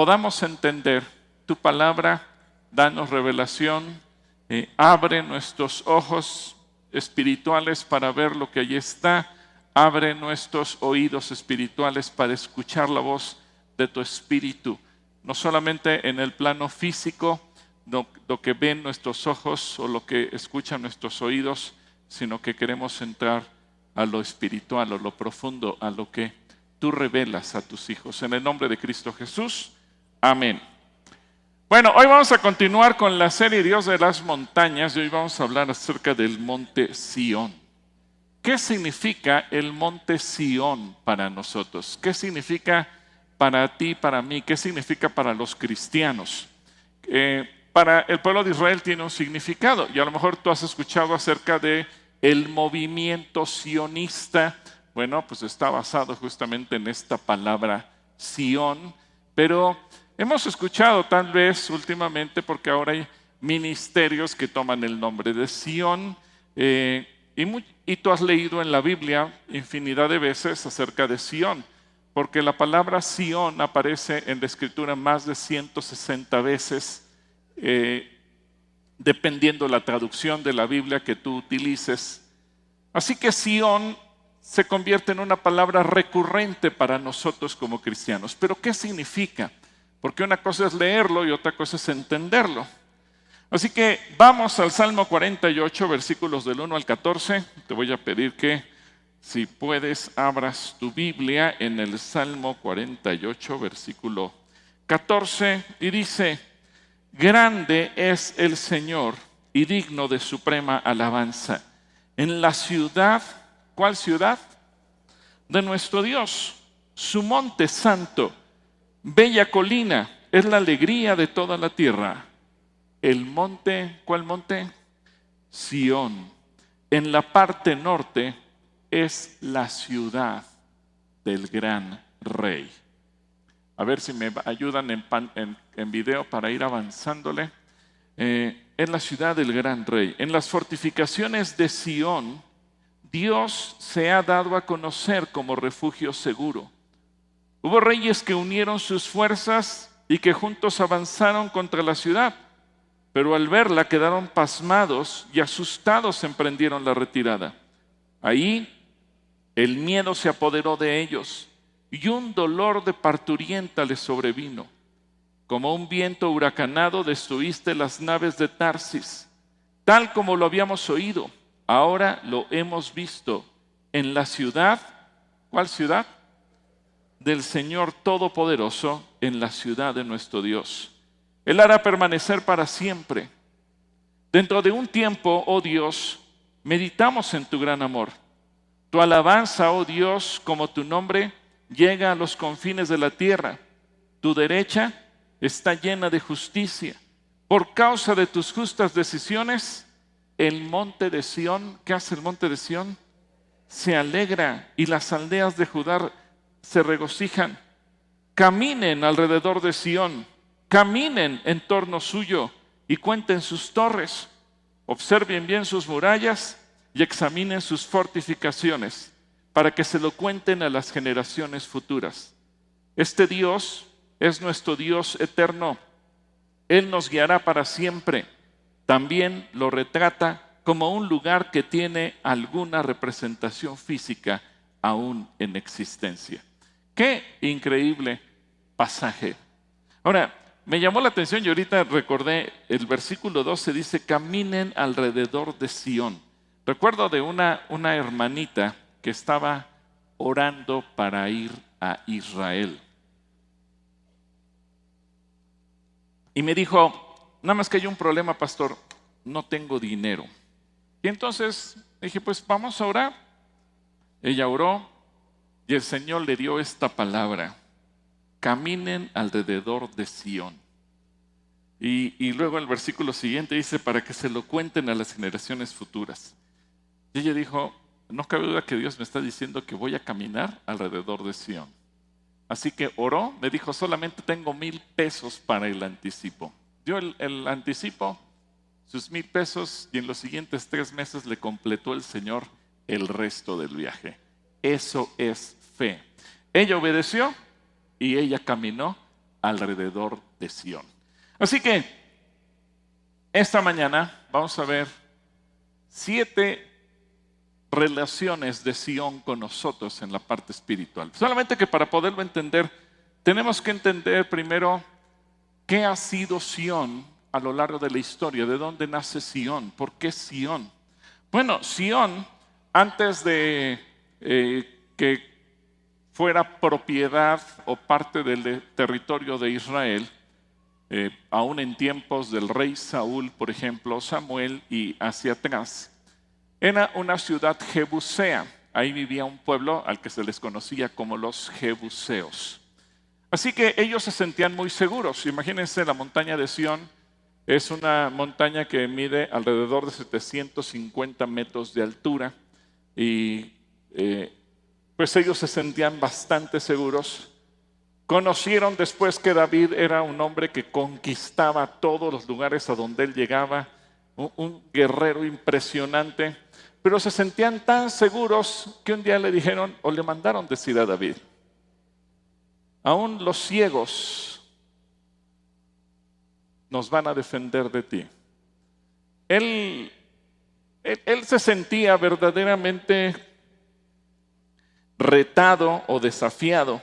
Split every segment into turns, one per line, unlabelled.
podamos entender tu palabra, danos revelación, abre nuestros ojos espirituales para ver lo que allí está, abre nuestros oídos espirituales para escuchar la voz de tu Espíritu, no solamente en el plano físico, lo que ven nuestros ojos o lo que escuchan nuestros oídos, sino que queremos entrar a lo espiritual, a lo profundo, a lo que tú revelas a tus hijos. En el nombre de Cristo Jesús, amén. Bueno, hoy vamos a continuar con la serie Dios de las montañas y hoy vamos a hablar acerca del monte Sión. ¿Qué significa el monte Sión para nosotros? ¿Qué significa para ti, para mí? ¿Qué significa para los cristianos? Para el pueblo de Israel tiene un significado y a lo mejor tú has escuchado acerca de el movimiento sionista. Bueno, pues está basado justamente en esta palabra Sión, pero hemos escuchado tal vez últimamente, porque ahora hay ministerios que toman el nombre de Sión, y tú has leído en la Biblia infinidad de veces acerca de Sión, porque la palabra Sión aparece en la Escritura más de 160 veces, dependiendo la traducción de la Biblia que tú utilices. Así que Sión se convierte en una palabra recurrente para nosotros como cristianos. ¿Pero qué significa? Porque una cosa es leerlo y otra cosa es entenderlo. Así que vamos al Salmo 48, versículos del 1 al 14. Te voy a pedir que, si puedes, abras tu Biblia en el Salmo 48, versículo 14, y dice: grande es el Señor y digno de suprema alabanza en la ciudad. ¿Cuál ciudad? De nuestro Dios, su monte santo, bella colina, es la alegría de toda la tierra. El monte, ¿cuál monte? Sión. En la parte norte es la ciudad del gran rey. A ver si me ayudan en video para ir avanzándole. En la ciudad del gran rey, en las fortificaciones de Sión, Dios se ha dado a conocer como refugio seguro. Hubo reyes que unieron sus fuerzas y que juntos avanzaron contra la ciudad, pero al verla quedaron pasmados y asustados emprendieron la retirada. Ahí el miedo se apoderó de ellos y un dolor de parturienta les sobrevino. Como un viento huracanado destruiste las naves de Tarsis, tal como lo habíamos oído. Ahora lo hemos visto en la ciudad. ¿Cuál ciudad? Del Señor Todopoderoso, en la ciudad de nuestro Dios. Él hará permanecer para siempre. Dentro de un tiempo, oh Dios, meditamos en tu gran amor. Tu alabanza, oh Dios, como tu nombre, llega a los confines de la tierra. Tu derecha está llena de justicia. Por causa de tus justas decisiones, el monte de Sión, ¿qué hace el monte de Sión? Se alegra y las aldeas de Judá se regocijan. Caminen alrededor de Sión, caminen en torno suyo y cuenten sus torres. Observen bien sus murallas y examinen sus fortificaciones para que se lo cuenten a las generaciones futuras. Este Dios es nuestro Dios eterno. Él nos guiará para siempre. También lo retrata como un lugar que tiene alguna representación física aún en existencia. ¡Qué increíble pasaje! Ahora, me llamó la atención y ahorita recordé el versículo 12, dice: caminen alrededor de Sión. Recuerdo de una hermanita que estaba orando para ir a Israel. Y me dijo: nada más que hay un problema, pastor, no tengo dinero. Y entonces dije: pues vamos a orar. Ella oró y el Señor le dio esta palabra: caminen alrededor de Sión. Y luego el versículo siguiente dice: para que se lo cuenten a las generaciones futuras. Y ella dijo: no cabe duda que Dios me está diciendo que voy a caminar alrededor de Sión. Así que oró, me dijo: solamente tengo 1,000 pesos para el anticipo. Dio el anticipo, sus 1,000 pesos, y en los siguientes 3 meses le completó el Señor el resto del viaje. Eso es fe. Ella obedeció y ella caminó alrededor de Sión. Así que esta mañana vamos a ver 7 relaciones de Sión con nosotros en la parte espiritual. Solamente que para poderlo entender, tenemos que entender primero qué ha sido Sión a lo largo de la historia, de dónde nace Sión, por qué Sión. Bueno, Sión, antes de que fuera propiedad o parte del territorio de Israel, aún en tiempos del rey Saúl, por ejemplo, Samuel y hacia atrás, era una ciudad jebusea. Ahí vivía un pueblo al que se les conocía como los jebuseos. Así que ellos se sentían muy seguros. Imagínense, la montaña de Sión es una montaña que mide alrededor de 750 metros de altura y pues ellos se sentían bastante seguros. Conocieron después que David era un hombre que conquistaba todos los lugares a donde él llegaba, un guerrero impresionante, pero se sentían tan seguros que un día le dijeron o le mandaron decir a David: aún los ciegos nos van a defender de ti. Él se sentía verdaderamente retado o desafiado,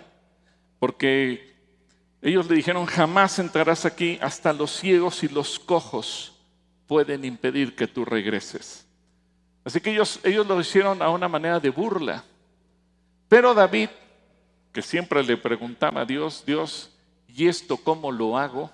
porque ellos le dijeron: jamás entrarás aquí, hasta los ciegos y los cojos pueden impedir que tú regreses. Así que ellos lo hicieron a una manera de burla. Pero David, que siempre le preguntaba a Dios: Dios, ¿y esto cómo lo hago?,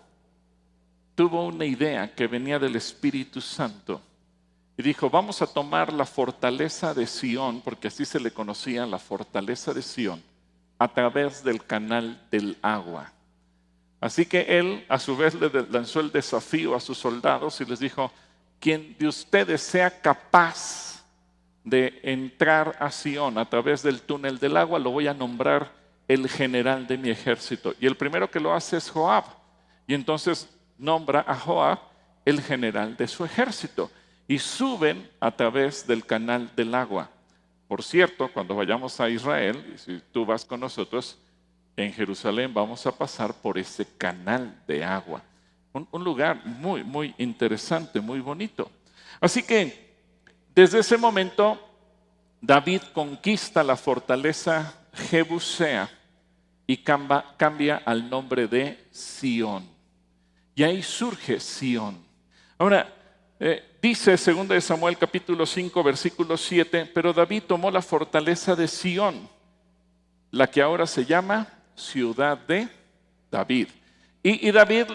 tuvo una idea que venía del Espíritu Santo y dijo: vamos a tomar la fortaleza de Sión, porque así se le conocía, la fortaleza de Sión, a través del canal del agua. Así que él a su vez le lanzó el desafío a sus soldados y les dijo: quien de ustedes sea capaz de entrar a Sión a través del túnel del agua, lo voy a nombrar el general de mi ejército. Y el primero que lo hace es Joab. Y entonces nombra a Joab el general de su ejército. Y suben a través del canal del agua. Por cierto, cuando vayamos a Israel, y si tú vas con nosotros, en Jerusalén vamos a pasar por ese canal de agua. Un lugar muy, muy interesante, muy bonito. Así que desde ese momento David conquista la fortaleza jebusea y cambia al nombre de Sión. Y ahí surge Sión. Ahora, dice 2 Samuel capítulo 5 versículo 7, pero David tomó la fortaleza de Sión, la que ahora se llama Ciudad de David. Y David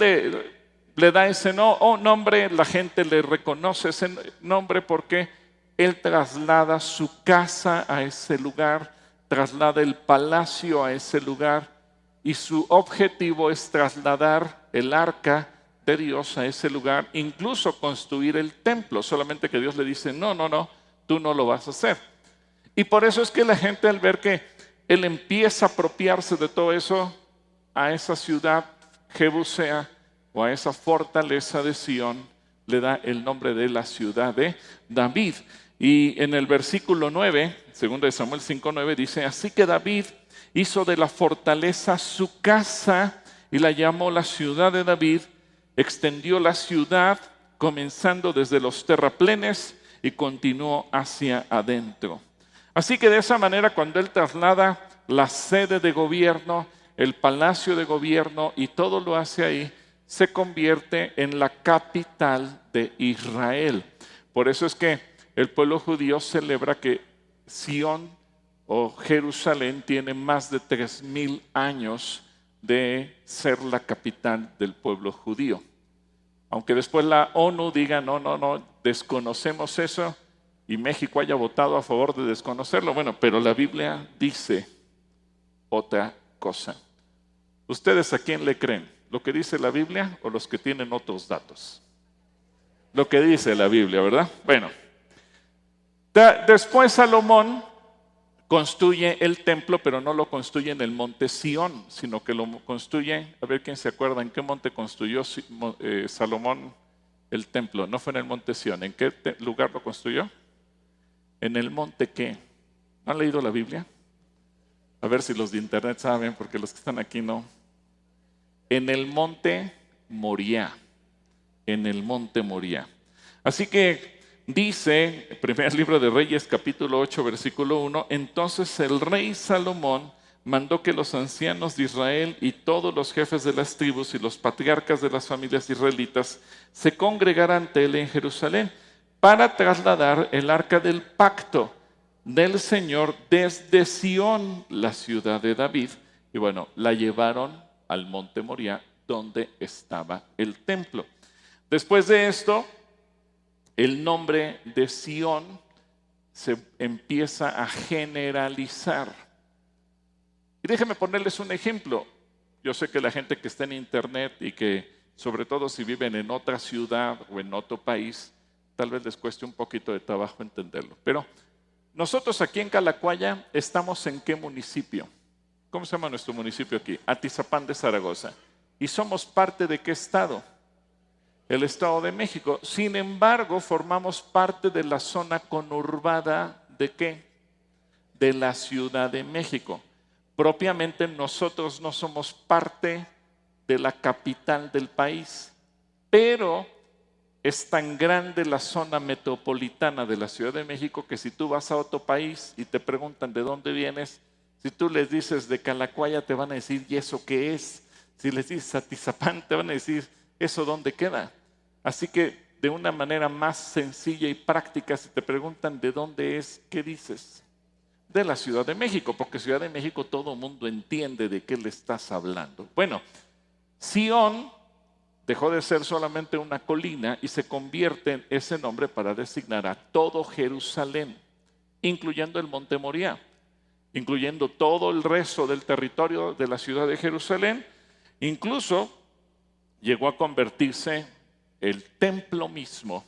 le da ese nombre, la gente le reconoce ese nombre porque él traslada su casa a ese lugar, traslada el palacio a ese lugar, y su objetivo es trasladar el arca de Dios a ese lugar, incluso construir el templo, solamente que Dios le dice: no, tú no lo vas a hacer. Y por eso es que la gente, al ver que él empieza a apropiarse de todo eso, a esa ciudad jebusea o a esa fortaleza de Sión, le da el nombre de la ciudad de David. Y en el versículo 9, 2 Samuel 5:9 dice: así que David hizo de la fortaleza su casa y la llamó la ciudad de David. Extendió la ciudad comenzando desde los terraplenes y continuó hacia adentro. Así que de esa manera, cuando él traslada la sede de gobierno, el palacio de gobierno y todo lo hace ahí, se convierte en la capital de Israel. Por eso es que el pueblo judío celebra que Sión o Jerusalén tiene más de 3000 años de ser la capital del pueblo judío. Aunque después la ONU diga: no, desconocemos eso, y México haya votado a favor de desconocerlo. Bueno, pero la Biblia dice otra cosa. ¿Ustedes a quién le creen? ¿Lo que dice la Biblia o los que tienen otros datos? Lo que dice la Biblia, ¿verdad? Bueno, después Salomón construye el templo, pero no lo construye en el monte Sión, sino que lo construye, a ver quién se acuerda, ¿en qué monte construyó Salomón el templo? No fue en el monte Sión. ¿En qué lugar lo construyó? ¿En el monte qué? ¿No han leído la Biblia? A ver si los de internet saben, porque los que están aquí no. en el monte Moriah, en el monte Moriah. Así que dice, primer libro de Reyes, capítulo 8, versículo 1, entonces el rey Salomón mandó que los ancianos de Israel y todos los jefes de las tribus y los patriarcas de las familias israelitas se congregaran ante él en Jerusalén para trasladar el arca del pacto del Señor desde Sión, la ciudad de David. Y bueno, la llevaron al monte Moriah, donde estaba el templo. Después de esto, el nombre de Sión se empieza a generalizar. Y déjenme ponerles un ejemplo. Yo sé que la gente que está en internet y que, sobre todo si viven en otra ciudad o en otro país, tal vez les cueste un poquito de trabajo entenderlo. Pero nosotros aquí en Calacuaya estamos ¿en qué municipio? ¿Cómo se llama nuestro municipio aquí? Atizapán de Zaragoza. ¿Y somos parte de qué estado? El Estado de México. Sin embargo, formamos parte de la zona conurbada ¿de qué? De la Ciudad de México. Propiamente nosotros no somos parte de la capital del país, pero es tan grande la zona metropolitana de la Ciudad de México que si tú vas a otro país y te preguntan de dónde vienes, si tú les dices de Calacuaya te van a decir ¿y eso qué es? Si les dices Atizapán te van a decir ¿eso dónde queda? Así que de una manera más sencilla y práctica, si te preguntan de dónde es, ¿qué dices? De la Ciudad de México, porque Ciudad de México todo el mundo entiende de qué le estás hablando. Bueno, Sión dejó de ser solamente una colina y se convierte en ese nombre para designar a todo Jerusalén, incluyendo el monte Moriah, incluyendo todo el resto del territorio de la ciudad de Jerusalén. Incluso llegó a convertirse el templo mismo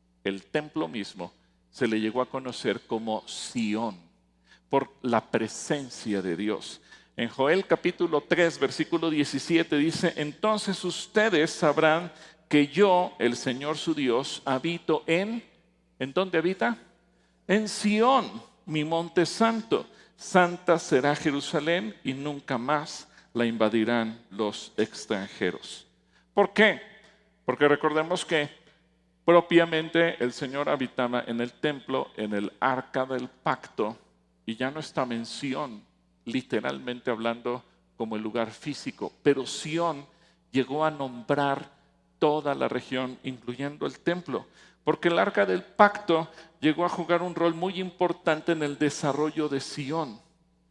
se le llegó a conocer como Sión, por la presencia de Dios. En Joel capítulo 3, versículo 17 dice, entonces ustedes sabrán que yo, el Señor su Dios, habito ¿en dónde habita? En Sión, mi monte santo. Santa será Jerusalén y nunca más la invadirán los extranjeros. ¿Por qué? Porque recordemos que propiamente el Señor habitaba en el templo, en el arca del pacto, y ya no está en Sión, literalmente hablando como el lugar físico, pero Sión llegó a nombrar toda la región, incluyendo el templo, porque el arca del pacto llegó a jugar un rol muy importante en el desarrollo de Sión.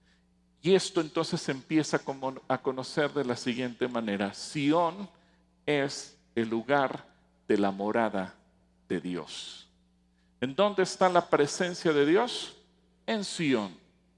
Y esto entonces se empieza a conocer de la siguiente manera. Sión es el lugar de la morada de Dios. ¿En dónde está la presencia de Dios? En Sión.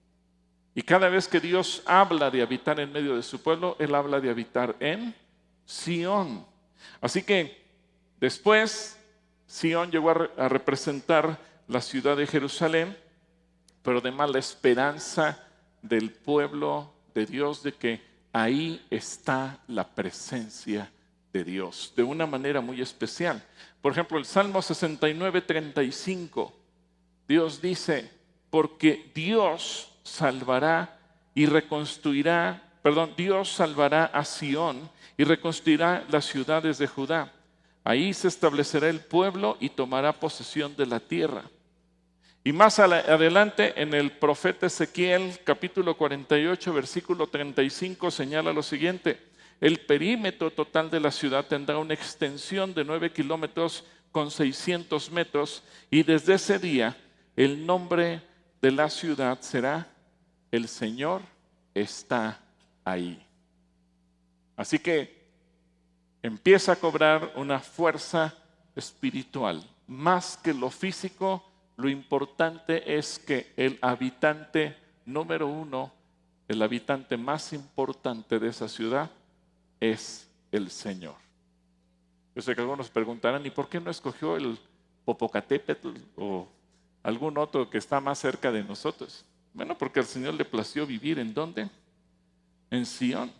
Y cada vez que Dios habla de habitar en medio de su pueblo, Él habla de habitar en Sión. Así que después Sión llegó a representar la ciudad de Jerusalén, pero además la esperanza del pueblo de Dios de que ahí está la presencia de Dios, de una manera muy especial. Por ejemplo, el Salmo 69, 35, Dios dice, porque Dios salvará y reconstruirá, Dios salvará a Sión y reconstruirá las ciudades de Judá. Ahí se establecerá el pueblo y tomará posesión de la tierra. Y más adelante en el profeta Ezequiel, capítulo 48, versículo 35, señala lo siguiente: el perímetro total de la ciudad tendrá una extensión de 9 kilómetros con 600 metros, y desde ese día el nombre de la ciudad será El Señor está ahí. Así que empieza a cobrar una fuerza espiritual. Más que lo físico, lo importante es que el habitante número uno, el habitante más importante de esa ciudad es el Señor. Yo sé que algunos preguntarán, ¿y por qué no escogió el Popocatépetl o algún otro que está más cerca de nosotros? Bueno, porque al Señor le plació vivir ¿en dónde? En Sión.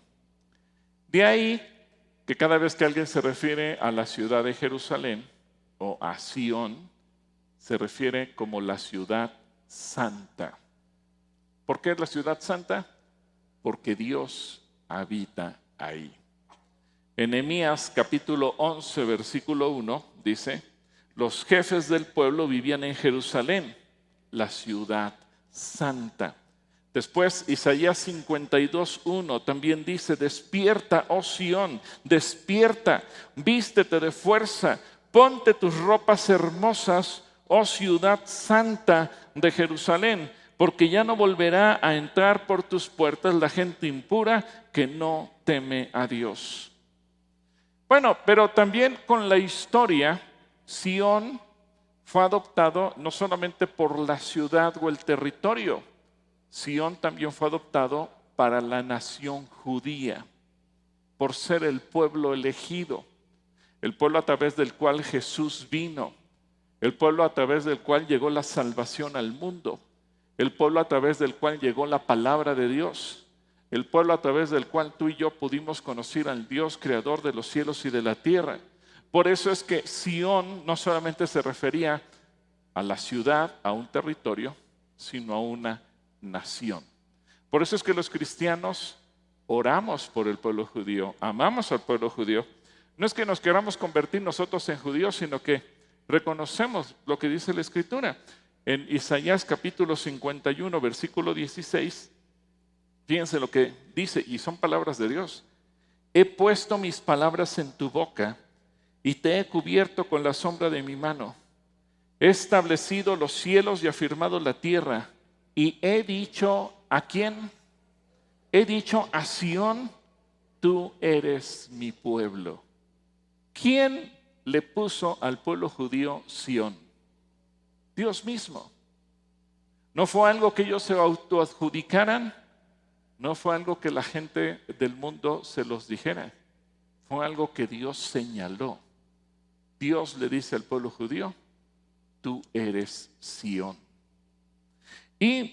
De ahí que cada vez que alguien se refiere a la ciudad de Jerusalén o a Sión, se refiere como la ciudad santa. ¿Por qué es la ciudad santa? Porque Dios habita ahí. En Nehemías capítulo 11, versículo 1, dice: los jefes del pueblo vivían en Jerusalén, la ciudad santa. Después, Isaías 52, 1 también dice: despierta, oh Sión, despierta, vístete de fuerza, ponte tus ropas hermosas, oh ciudad santa de Jerusalén, porque ya no volverá a entrar por tus puertas la gente impura que no teme a Dios. Bueno, pero también con la historia, Sión fue adoptado no solamente por la ciudad o el territorio, Sión también fue adoptado para la nación judía, por ser el pueblo elegido, el pueblo a través del cual Jesús vino, el pueblo a través del cual llegó la salvación al mundo, el pueblo a través del cual llegó la palabra de Dios, el pueblo a través del cual tú y yo pudimos conocer al Dios creador de los cielos y de la tierra. Por eso es que Sión no solamente se refería a la ciudad, a un territorio, sino a una nación. Por eso es que los cristianos oramos por el pueblo judío, amamos al pueblo judío. No es que nos queramos convertir nosotros en judíos, sino que reconocemos lo que dice la Escritura. En Isaías capítulo 51, versículo 16, fíjense lo que dice, y son palabras de Dios. He puesto mis palabras en tu boca y te he cubierto con la sombra de mi mano. He establecido los cielos y afirmado la tierra. Y he dicho, ¿a quién? He dicho a Sión, tú eres mi pueblo. ¿Quién le puso al pueblo judío Sión? Dios mismo. No fue algo que ellos se autoadjudicaran, no fue algo que la gente del mundo se los dijera, fue algo que Dios señaló. Dios le dice al pueblo judío, tú eres Sión. Y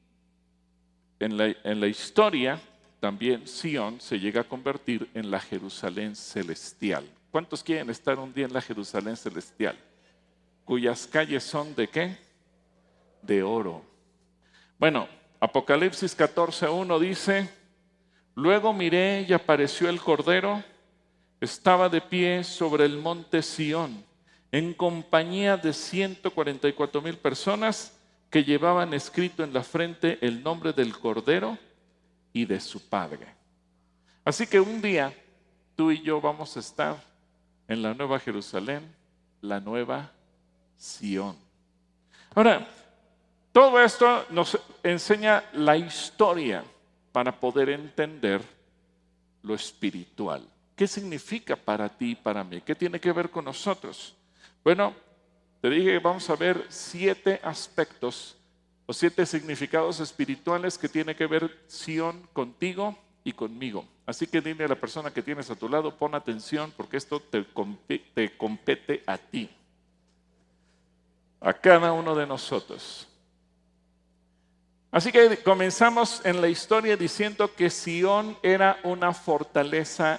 en la historia también Sión se llega a convertir en la Jerusalén celestial. ¿Cuántos quieren estar un día en la Jerusalén celestial? Cuyas calles son ¿de qué? De oro. Bueno, Apocalipsis 14:1 dice: luego miré y apareció el Cordero, estaba de pie sobre el monte Sión, en compañía de 144,000 personas que llevaban escrito en la frente el nombre del Cordero y de su Padre. Así que un día tú y yo vamos a estar en la nueva Jerusalén, la nueva Sión. Ahora, todo esto nos enseña la historia para poder entender lo espiritual. ¿Qué significa para ti y para mí? ¿Qué tiene que ver con nosotros? Bueno, te dije que vamos a ver 7 aspectos o 7 significados espirituales que tiene que ver Sión contigo y conmigo. Así que dile a la persona que tienes a tu lado, pon atención porque esto te compete a ti, a cada uno de nosotros. Así que comenzamos en la historia diciendo que Sión era una fortaleza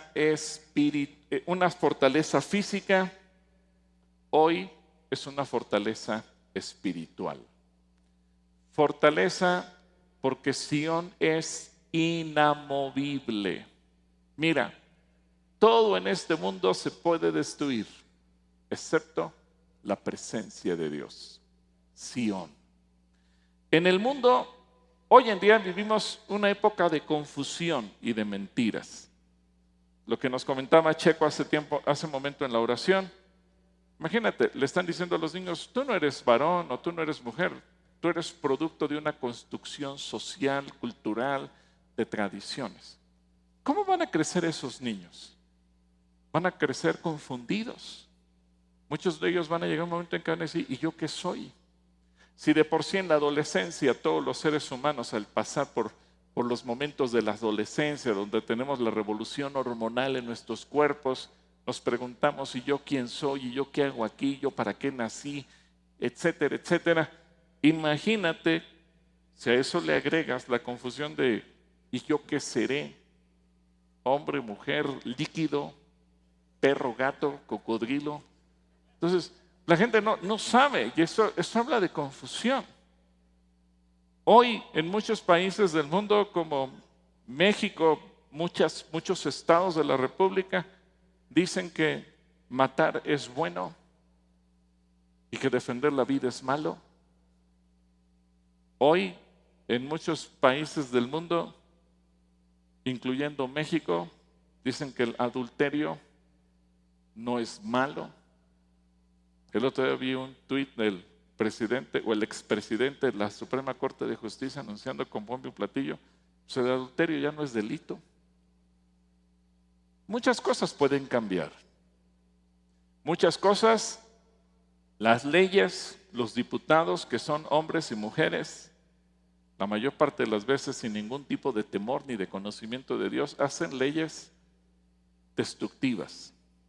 física, hoy es una fortaleza espiritual. Fortaleza porque Sión es inamovible. Mira, todo en este mundo se puede destruir, excepto la presencia de Dios. Sión. En el mundo, hoy en día vivimos una época de confusión y de mentiras. Lo que nos comentaba Checo hace un momento en la oración. Imagínate, le están diciendo a los niños, tú no eres varón o tú no eres mujer, tú eres producto de una construcción social, cultural, de tradiciones. ¿Cómo van a crecer esos niños? Van a crecer confundidos. Muchos de ellos van a llegar a un momento en que van a decir, ¿y yo qué soy? Si de por sí en la adolescencia todos los seres humanos al pasar por los momentos de la adolescencia, donde tenemos la revolución hormonal en nuestros cuerpos, nos preguntamos, ¿y yo quién soy? ¿Y yo qué hago aquí? ¿Yo para qué nací? Etcétera, etcétera. Imagínate si a eso le agregas la confusión de ¿y yo qué seré? Hombre, mujer, líquido, perro, gato, cocodrilo. Entonces, la gente no sabe y eso habla de confusión. Hoy en muchos países del mundo como México, muchos estados de la República, dicen que matar es bueno y que defender la vida es malo. Hoy, en muchos países del mundo, incluyendo México, dicen que el adulterio no es malo. El otro día vi un tuit del presidente o el expresidente de la Suprema Corte de Justicia anunciando con bombo y platillo, pues el adulterio ya no es delito. Muchas cosas pueden cambiar. Muchas cosas, las leyes, los diputados que son hombres y mujeres, la mayor parte de las veces sin ningún tipo de temor ni de conocimiento de Dios, hacen leyes destructivas.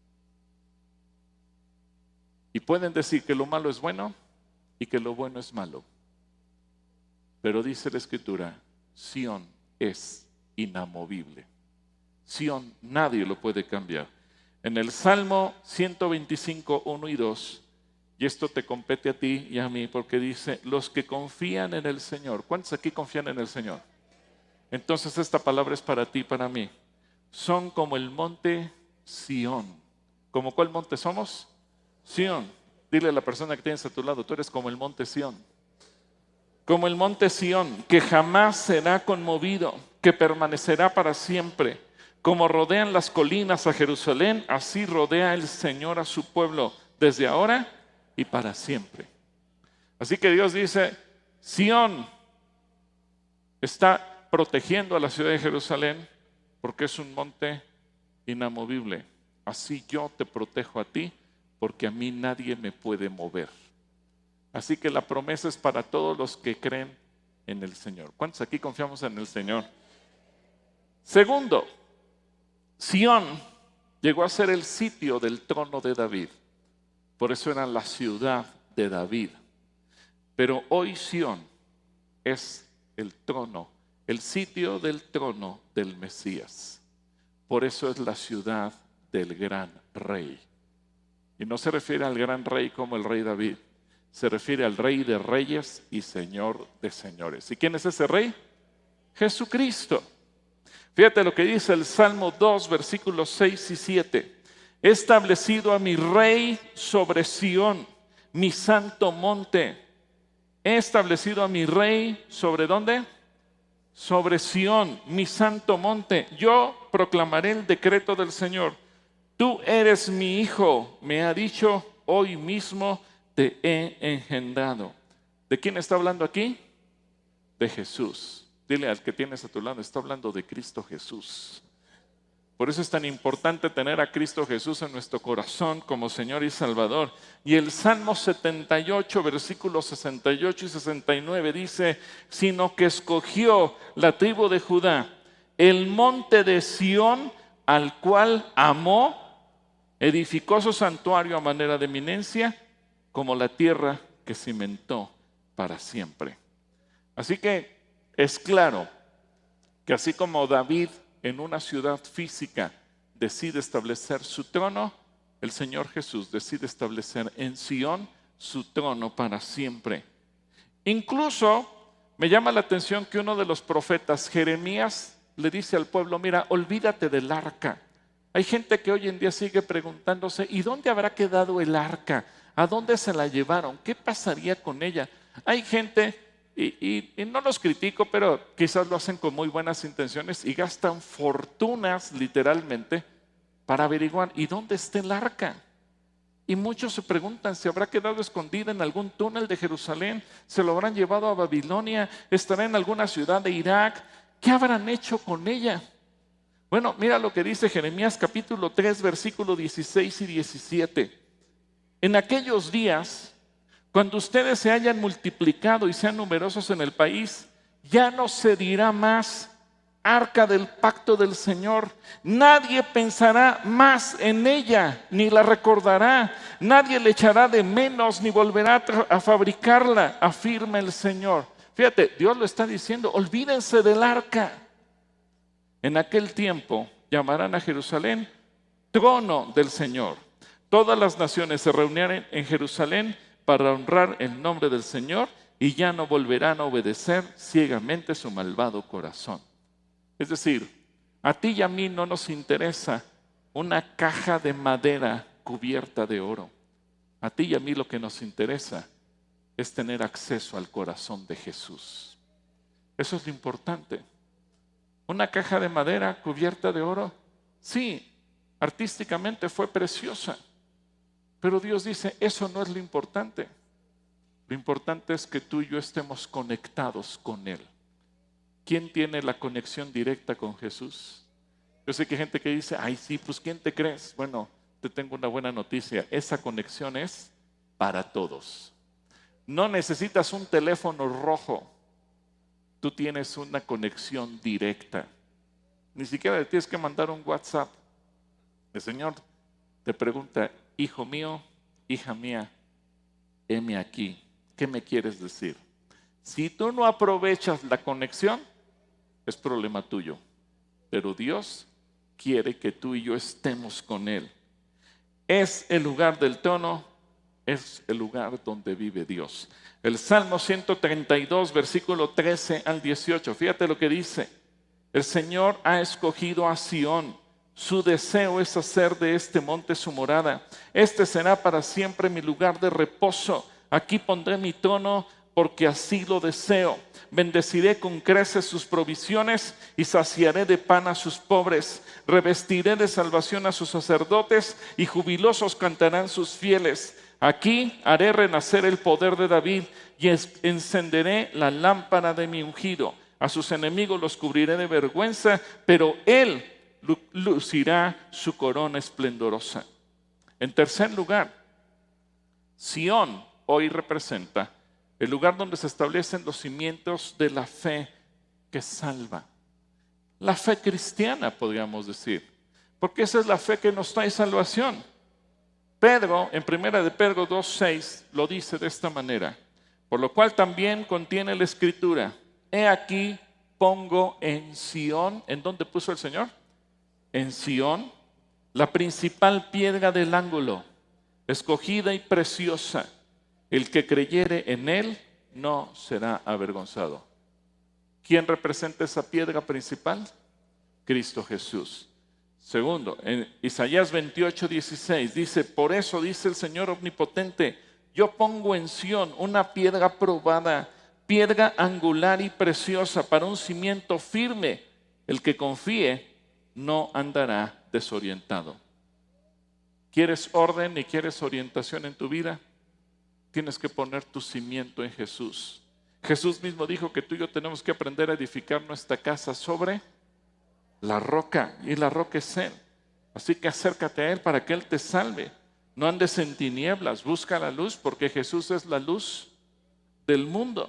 Y pueden decir que lo malo es bueno y que lo bueno es malo. Pero dice la Escritura, Sión es inamovible. Sión nadie lo puede cambiar. En el Salmo 125, 1 y 2, y esto te compete a ti y a mí, porque dice, los que confían en el Señor. ¿Cuántos aquí confían en el Señor? Entonces esta palabra es para ti y para mí. Son como el monte Sión. ¿Como cuál monte somos? Sión. Dile a la persona que tienes a tu lado, tú eres como el monte Sión. Como el monte Sión, que jamás será conmovido, que permanecerá para siempre. Como rodean las colinas a Jerusalén, así rodea el Señor a su pueblo desde ahora y para siempre. Así que Dios dice, Sión está protegiendo a la ciudad de Jerusalén porque es un monte inamovible. Así yo te protejo a ti porque a mí nadie me puede mover. Así que la promesa es para todos los que creen en el Señor. ¿Cuántos aquí confiamos en el Señor? Segundo, Sión llegó a ser el sitio del trono de David. Por eso era la ciudad de David. Pero hoy Sión es el trono, el sitio del trono del Mesías. Por eso es la ciudad del gran rey. Y no se refiere al gran rey como el rey David. Se refiere al rey de reyes y señor de señores. ¿Y quién es ese rey? Jesucristo. Fíjate lo que dice el Salmo 2, versículos 6 y 7. He establecido a mi rey sobre Sión, mi santo monte. He establecido a mi rey sobre ¿dónde? Sobre Sión, mi santo monte. Yo proclamaré el decreto del Señor. Tú eres mi hijo, me ha dicho, hoy mismo te he engendrado. ¿De quién está hablando aquí? De Jesús. Dile al que tienes a tu lado, está hablando de Cristo Jesús. Por eso es tan importante tener a Cristo Jesús en nuestro corazón como Señor y Salvador. Y el Salmo 78, versículos 68 y 69 dice, sino que escogió la tribu de Judá, el monte de Sión, al cual amó, edificó su santuario a manera de eminencia, como la tierra que cimentó para siempre. Así que es claro que así como David en una ciudad física decide establecer su trono, el Señor Jesús decide establecer en Sión su trono para siempre. Incluso me llama la atención que uno de los profetas, Jeremías, le dice al pueblo, mira, olvídate del arca. Hay gente que hoy en día sigue preguntándose, ¿y dónde habrá quedado el arca? ¿A dónde se la llevaron? ¿Qué pasaría con ella? Hay gente, y no los critico, pero quizás lo hacen con muy buenas intenciones y gastan fortunas literalmente para averiguar, ¿y dónde está el arca? Y muchos se preguntan si habrá quedado escondida en algún túnel de Jerusalén, se lo habrán llevado a Babilonia, estará en alguna ciudad de Irak, ¿qué habrán hecho con ella? Bueno, mira lo que dice Jeremías capítulo 3, versículo 16 y 17. En aquellos días, cuando ustedes se hayan multiplicado y sean numerosos en el país, ya no se dirá más arca del pacto del Señor. Nadie pensará más en ella, ni la recordará. Nadie le echará de menos, ni volverá a fabricarla, afirma el Señor. Fíjate, Dios lo está diciendo, olvídense del arca. En aquel tiempo llamarán a Jerusalén trono del Señor. Todas las naciones se reunirán en Jerusalén para honrar el nombre del Señor y ya no volverán a obedecer ciegamente su malvado corazón. Es decir, a ti y a mí no nos interesa una caja de madera cubierta de oro. A ti y a mí lo que nos interesa es tener acceso al corazón de Jesús. Eso es lo importante. Una caja de madera cubierta de oro, sí, artísticamente fue preciosa, pero Dios dice, eso no es lo importante. Lo importante es que tú y yo estemos conectados con Él. ¿Quién tiene la conexión directa con Jesús? Yo sé que hay gente que dice, ay sí, pues ¿quién te crees? Bueno, te tengo una buena noticia, esa conexión es para todos. No necesitas un teléfono rojo, tú tienes una conexión directa. Ni siquiera le tienes que mandar un WhatsApp. El Señor te pregunta, hijo mío, hija mía, heme aquí, ¿qué me quieres decir? Si tú no aprovechas la conexión, es problema tuyo, pero Dios quiere que tú y yo estemos con Él. Es el lugar del trono, es el lugar donde vive Dios. El Salmo 132, versículo 13 al 18, fíjate lo que dice. El Señor ha escogido a Sión, su deseo es hacer de este monte su morada. Este será para siempre mi lugar de reposo. Aquí pondré mi trono porque así lo deseo. Bendeciré con creces sus provisiones y saciaré de pan a sus pobres. Revestiré de salvación a sus sacerdotes y jubilosos cantarán sus fieles. Aquí haré renacer el poder de David y encenderé la lámpara de mi ungido. A sus enemigos los cubriré de vergüenza, pero él lucirá su corona esplendorosa. En tercer lugar, Sión hoy representa el lugar donde se establecen los cimientos de la fe que salva. La fe cristiana, podríamos decir, porque esa es la fe que nos trae salvación. Pedro, en 1 de Pedro 2:6, lo dice de esta manera, por lo cual también contiene la Escritura, he aquí pongo en Sión, ¿en dónde puso el Señor? En Sión, la principal piedra del ángulo, escogida y preciosa. El que creyere en Él no será avergonzado. ¿Quién representa esa piedra principal? Cristo Jesús. Segundo, en Isaías 28:16 dice, por eso dice el Señor omnipotente, yo pongo en Sión una piedra probada, piedra angular y preciosa para un cimiento firme. El que confíe no andará desorientado. ¿Quieres orden y quieres orientación en tu vida? Tienes que poner tu cimiento en Jesús. Jesús mismo dijo que tú y yo tenemos que aprender a edificar nuestra casa sobre la roca, y la roca es Él. Así que acércate a Él para que Él te salve. No andes en tinieblas, busca la luz, porque Jesús es la luz del mundo.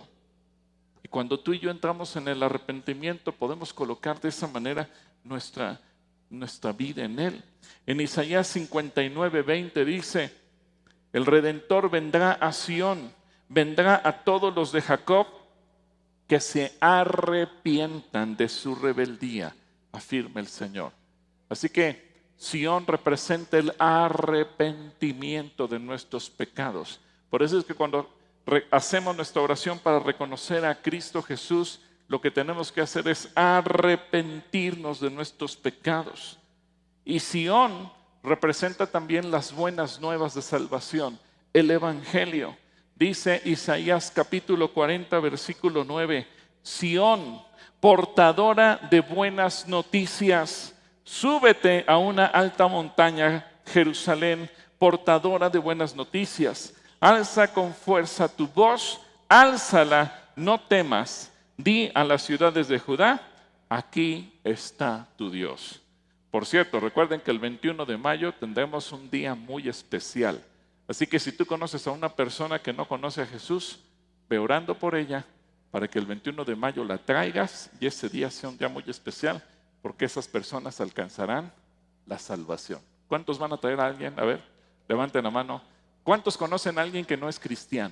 Y cuando tú y yo entramos en el arrepentimiento, podemos colocar de esa manera nuestra vida en Él. En Isaías 59:20 dice, el Redentor vendrá a Sión, vendrá a todos los de Jacob que se arrepientan de su rebeldía, afirma el Señor. Así que Sión representa el arrepentimiento de nuestros pecados. Por eso es que cuando hacemos nuestra oración para reconocer a Cristo Jesús, lo que tenemos que hacer es arrepentirnos de nuestros pecados. Y Sión representa también las buenas nuevas de salvación, el Evangelio. Dice Isaías capítulo 40, versículo 9, Sión, portadora de buenas noticias, súbete a una alta montaña, Jerusalén, portadora de buenas noticias. Alza con fuerza tu voz, álzala, no temas. Di a las ciudades de Judá, aquí está tu Dios. Por cierto, recuerden que el 21 de mayo tendremos un día muy especial. Así que si tú conoces a una persona que no conoce a Jesús, ve orando por ella para que el 21 de mayo la traigas y ese día sea un día muy especial, porque esas personas alcanzarán la salvación. ¿Cuántos van a traer a alguien? A ver, levanten la mano. ¿Cuántos conocen a alguien que no es cristiano?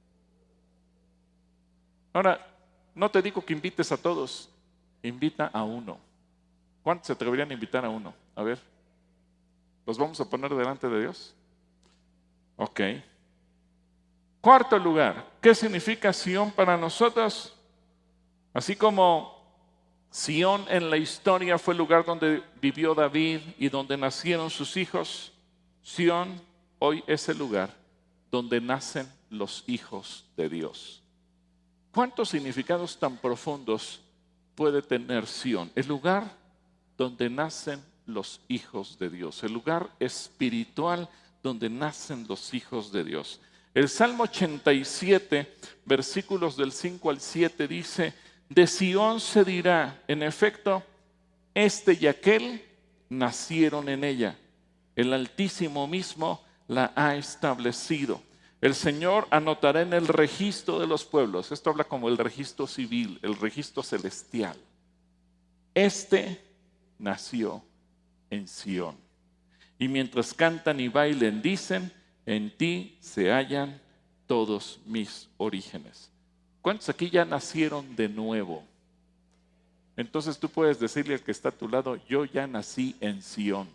Ahora, no te digo que invites a todos, invita a uno. ¿Cuántos se atreverían a invitar a uno? A ver, ¿los vamos a poner delante de Dios? Ok. Cuarto lugar, ¿qué significa Sión para nosotros? Así como Sión en la historia fue el lugar donde vivió David y donde nacieron sus hijos. Sión hoy es el lugar donde nacen los hijos de Dios. ¿Cuántos significados tan profundos puede tener Sión? El lugar donde nacen los hijos de Dios, el lugar espiritual donde nacen los hijos de Dios. El Salmo 87, versículos del 5 al 7 dice: de Sión se dirá, en efecto, este y aquel nacieron en ella. El Altísimo mismo la ha establecido. El Señor anotará en el registro de los pueblos. Esto habla como el registro civil, el registro celestial. Este nació en Sión. Y mientras cantan y bailen, dicen: en ti se hallan todos mis orígenes. ¿Cuántos aquí ya nacieron de nuevo? Entonces tú puedes decirle al que está a tu lado: yo ya nací en Sión.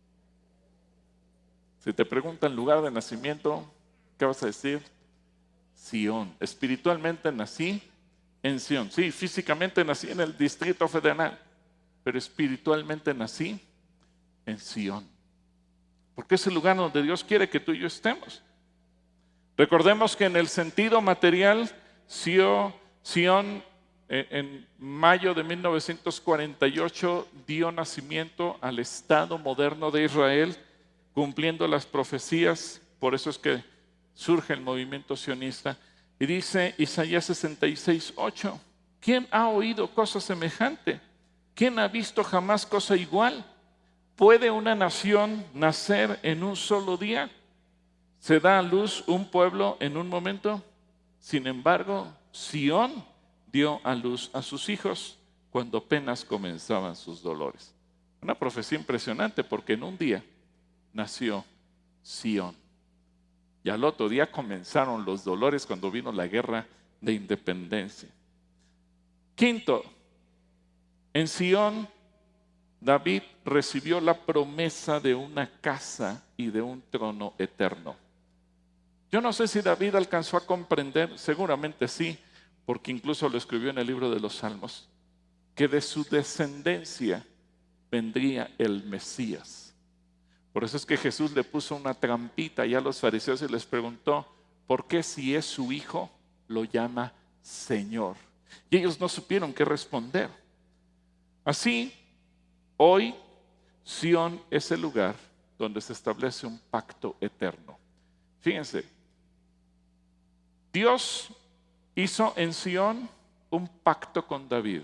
Si te preguntan lugar de nacimiento, ¿qué vas a decir? Sión. Espiritualmente nací en Sión. Sí, físicamente nací en el Distrito Federal, pero espiritualmente nací en Sión. Porque es el lugar donde Dios quiere que tú y yo estemos. Recordemos que en el sentido material, Sión en mayo de 1948 dio nacimiento al Estado moderno de Israel, cumpliendo las profecías. Por eso es que surge el movimiento sionista. Y dice Isaías 66:8: ¿quién ha oído cosa semejante? ¿Quién ha visto jamás cosa igual? ¿Puede una nación nacer en un solo día? ¿Se da a luz un pueblo en un momento? Sin embargo, Sión dio a luz a sus hijos cuando apenas comenzaban sus dolores. Una profecía impresionante, porque en un día nació Sión. Y al otro día comenzaron los dolores cuando vino la guerra de independencia. Quinto, en Sión David recibió la promesa de una casa y de un trono eterno. Yo no sé si David alcanzó a comprender, seguramente sí, porque incluso lo escribió en el libro de los Salmos, que de su descendencia vendría el Mesías. Por eso es que Jesús le puso una trampita ya a los fariseos y les preguntó: ¿por qué si es su hijo lo llama Señor? Y ellos no supieron qué responder. Así, hoy Sión es el lugar donde se establece un pacto eterno. Fíjense, Dios hizo en Sión un pacto con David.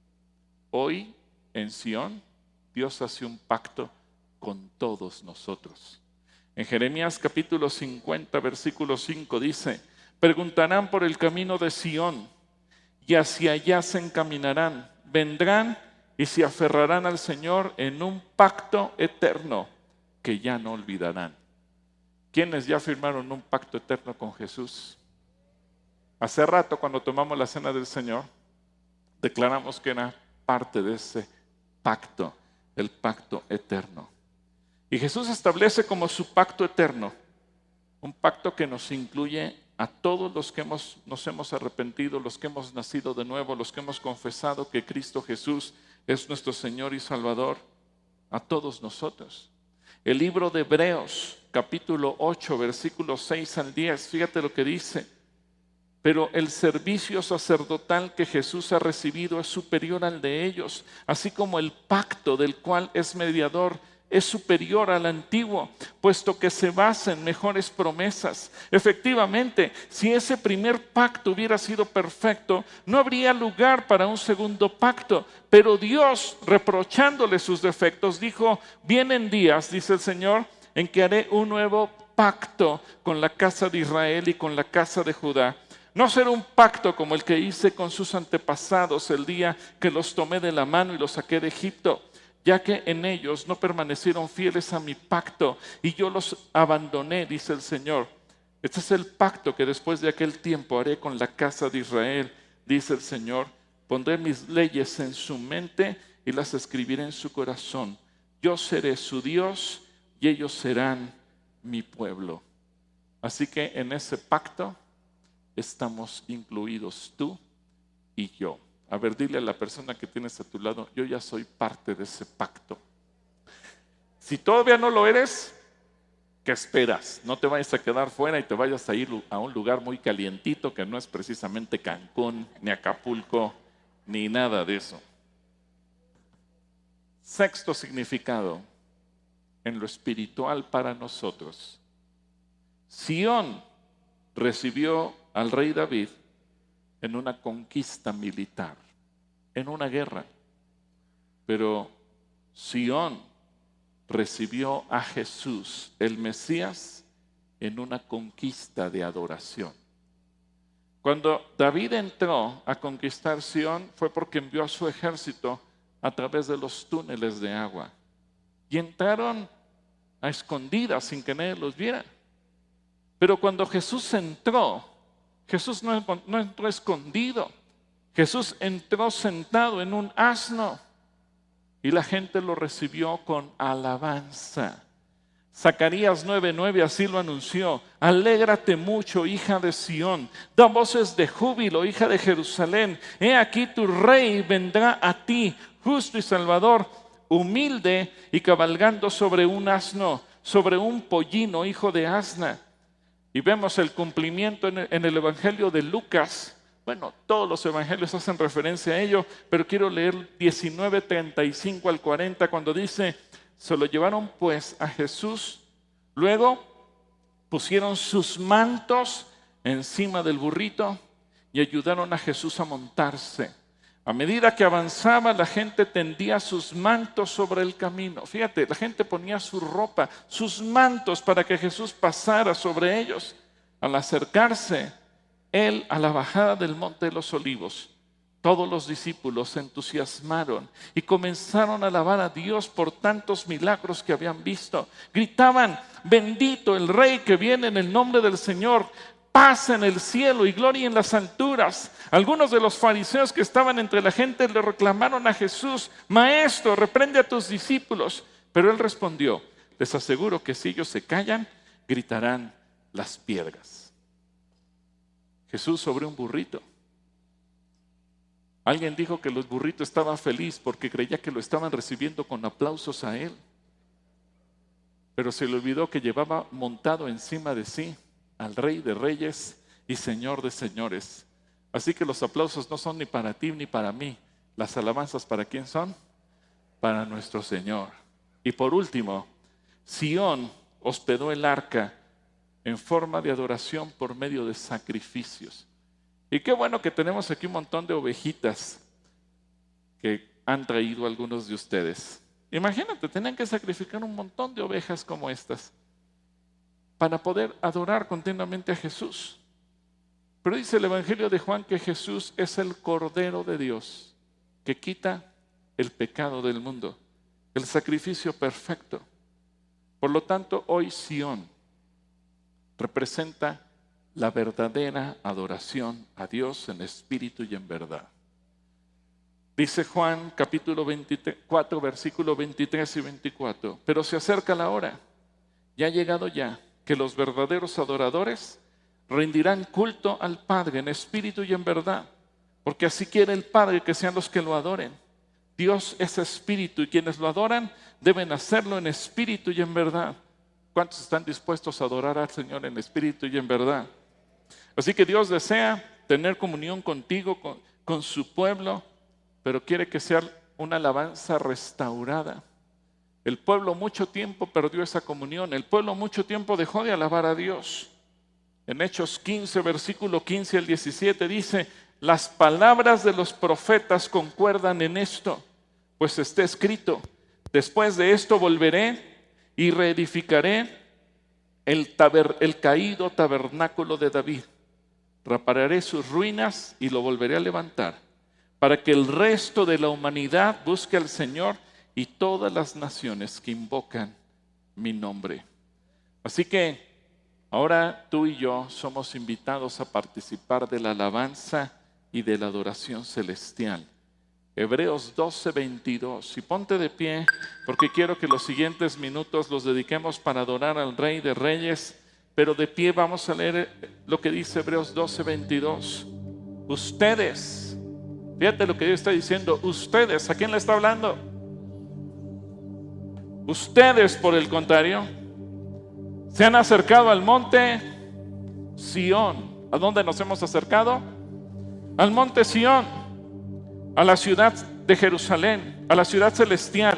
Hoy en Sión Dios hace un pacto con todos nosotros. En Jeremías capítulo 50, versículo 5 dice: preguntarán por el camino de Sión y hacia allá se encaminarán. Vendrán y se aferrarán al Señor en un pacto eterno que ya no olvidarán. ¿Quiénes ya firmaron un pacto eterno con Jesús? Hace rato, cuando tomamos la cena del Señor, declaramos que era parte de ese pacto, el pacto eterno. Y Jesús establece como su pacto eterno un pacto que nos incluye a todos los que nos hemos arrepentido, los que hemos nacido de nuevo, los que hemos confesado que Cristo Jesús es nuestro Señor y Salvador, a todos nosotros. El libro de Hebreos, capítulo 8, versículos 6 al 10, fíjate lo que dice: pero el servicio sacerdotal que Jesús ha recibido es superior al de ellos, así como el pacto del cual es mediador es superior al antiguo, puesto que se basa en mejores promesas. Efectivamente, si ese primer pacto hubiera sido perfecto, no habría lugar para un segundo pacto. Pero Dios, reprochándole sus defectos, dijo: vienen días, dice el Señor, en que haré un nuevo pacto con la casa de Israel y con la casa de Judá. No será un pacto como el que hice con sus antepasados el día que los tomé de la mano y los saqué de Egipto, ya que en ellos no permanecieron fieles a mi pacto y yo los abandoné, dice el Señor. Este es el pacto que después de aquel tiempo haré con la casa de Israel, dice el Señor. Pondré mis leyes en su mente y las escribiré en su corazón. Yo seré su Dios y ellos serán mi pueblo. Así que en ese pacto estamos incluidos tú y yo. A ver, dile a la persona que tienes a tu lado, yo ya soy parte de ese pacto. Si todavía no lo eres, ¿qué esperas? No te vayas a quedar fuera y te vayas a ir a un lugar muy calientito que no es precisamente Cancún, ni Acapulco, ni nada de eso. Sexto significado en lo espiritual para nosotros. Sión recibió al rey David en una conquista militar, en una guerra. Pero Sión recibió a Jesús, el Mesías, en una conquista de adoración. Cuando David entró a conquistar Sión fue porque envió a su ejército a través de los túneles de agua. Y entraron a escondidas sin que nadie los viera. Pero cuando Jesús entró, Jesús no entró escondido. Jesús entró sentado en un asno y la gente lo recibió con alabanza. Zacarías 9:9 así lo anunció: alégrate mucho, hija de Sión, da voces de júbilo, hija de Jerusalén. He aquí tu rey vendrá a ti, justo y salvador, humilde y cabalgando sobre un asno, sobre un pollino, hijo de asna. Y vemos el cumplimiento en el Evangelio de Lucas. Bueno, todos los evangelios hacen referencia a ello, pero quiero leer 19:35 al 40, cuando dice: se lo llevaron pues a Jesús, luego pusieron sus mantos encima del burrito y ayudaron a Jesús a montarse. A medida que avanzaba, la gente tendía sus mantos sobre el camino. Fíjate, la gente ponía su ropa, sus mantos, para que Jesús pasara sobre ellos. Al acercarse él a la bajada del Monte de los Olivos, todos los discípulos se entusiasmaron y comenzaron a alabar a Dios por tantos milagros que habían visto. Gritaban: bendito el Rey que viene en el nombre del Señor, paz en el cielo y gloria en las alturas. Algunos de los fariseos que estaban entre la gente le reclamaron a Jesús: Maestro, reprende a tus discípulos. Pero él respondió: les aseguro que si ellos se callan, gritarán las piedras. Jesús sobre un burrito. Alguien dijo que el burrito estaba feliz porque creía que lo estaban recibiendo con aplausos a él. Pero se le olvidó que llevaba montado encima de sí al Rey de Reyes y Señor de Señores. Así que los aplausos no son ni para ti ni para mí. Las alabanzas, ¿para quién son? Para nuestro Señor. Y por último, Sión hospedó el arca en forma de adoración por medio de sacrificios. Y qué bueno que tenemos aquí un montón de ovejitas que han traído algunos de ustedes. Imagínate, tenían que sacrificar un montón de ovejas como estas para poder adorar continuamente a Jesús. Pero dice el Evangelio de Juan que Jesús es el Cordero de Dios que quita el pecado del mundo, el sacrificio perfecto. Por lo tanto, hoy Sión representa la verdadera adoración a Dios en espíritu y en verdad. Dice Juan capítulo 24, versículo 23 y 24, pero se acerca la hora, ya ha llegado ya, que los verdaderos adoradores rendirán culto al Padre en espíritu y en verdad, porque así quiere el Padre que sean los que lo adoren. Dios es espíritu y quienes lo adoran deben hacerlo en espíritu y en verdad. ¿Cuántos están dispuestos a adorar al Señor en espíritu y en verdad? Así que Dios desea tener comunión contigo, con su pueblo, pero quiere que sea una alabanza restaurada. El pueblo mucho tiempo perdió esa comunión. El pueblo mucho tiempo dejó de alabar a Dios. En Hechos 15, versículo 15 al 17 dice: las palabras de los profetas concuerdan en esto, pues está escrito: después de esto volveré y reedificaré el caído tabernáculo de David. Repararé sus ruinas y lo volveré a levantar, para que el resto de la humanidad busque al Señor y todas las naciones que invocan mi nombre. Así que ahora tú y yo somos invitados a participar de la alabanza y de la adoración celestial. Hebreos 12:22. Y ponte de pie, porque quiero que los siguientes minutos los dediquemos para adorar al Rey de Reyes. Pero de pie vamos a leer lo que dice Hebreos 12:22. Ustedes Fíjate lo que Dios está diciendo. Ustedes, ¿a quién le está hablando? Ustedes, por el contrario, se han acercado al monte Sión. ¿A dónde nos hemos acercado? Al monte Sión, a la ciudad de Jerusalén, a la ciudad celestial,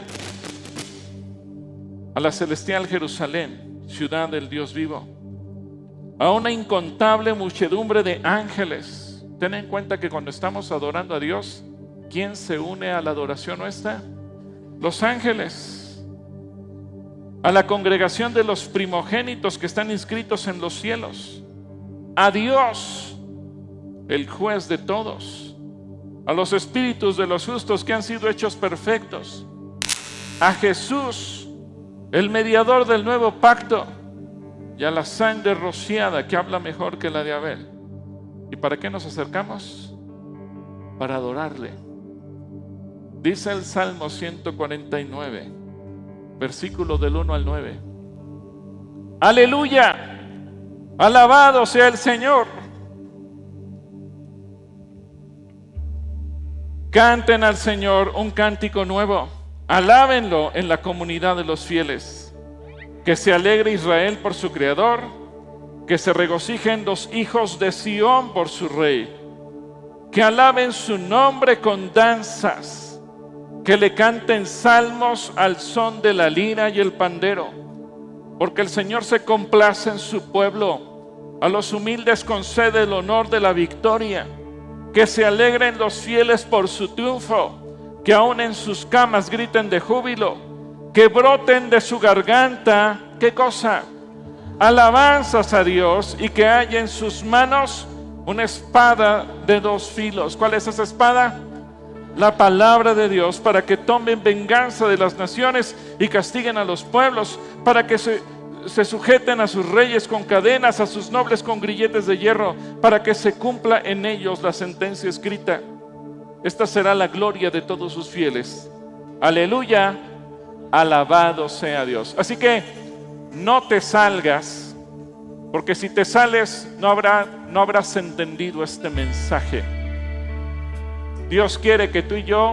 a la celestial Jerusalén, ciudad del Dios vivo, a una incontable muchedumbre de ángeles. Ten en cuenta que cuando estamos adorando a Dios, ¿quién se une a la adoración nuestra? Los ángeles. A la congregación de los primogénitos que están inscritos en los cielos, a Dios, el juez de todos, a los espíritus de los justos que han sido hechos perfectos, a Jesús, el mediador del nuevo pacto, y a la sangre rociada que habla mejor que la de Abel. ¿Y para qué nos acercamos? Para adorarle. Dice el Salmo 149, versículo del 1 al 9. Aleluya, alabado sea el Señor. Canten al Señor un cántico nuevo, alábenlo en la comunidad de los fieles. Que se alegre Israel por su Creador, que se regocijen los hijos de Sión por su Rey, que alaben su nombre con danzas, que le canten salmos al son de la lira y el pandero, porque el Señor se complace en su pueblo, a los humildes concede el honor de la victoria. Que se alegren los fieles por su triunfo, que aún en sus camas griten de júbilo, que broten de su garganta, ¿qué cosa? Alabanzas a Dios, y que haya en sus manos una espada de dos filos. ¿Cuál es esa espada? La palabra de Dios, para que tomen venganza de las naciones y castiguen a los pueblos, para que se sujeten a sus reyes con cadenas, a sus nobles con grilletes de hierro, para que se cumpla en ellos la sentencia escrita. Esta será la gloria de todos sus fieles. Aleluya, alabado sea Dios. Así que no te salgas, porque si te sales no habrás entendido este mensaje. Dios quiere que tú y yo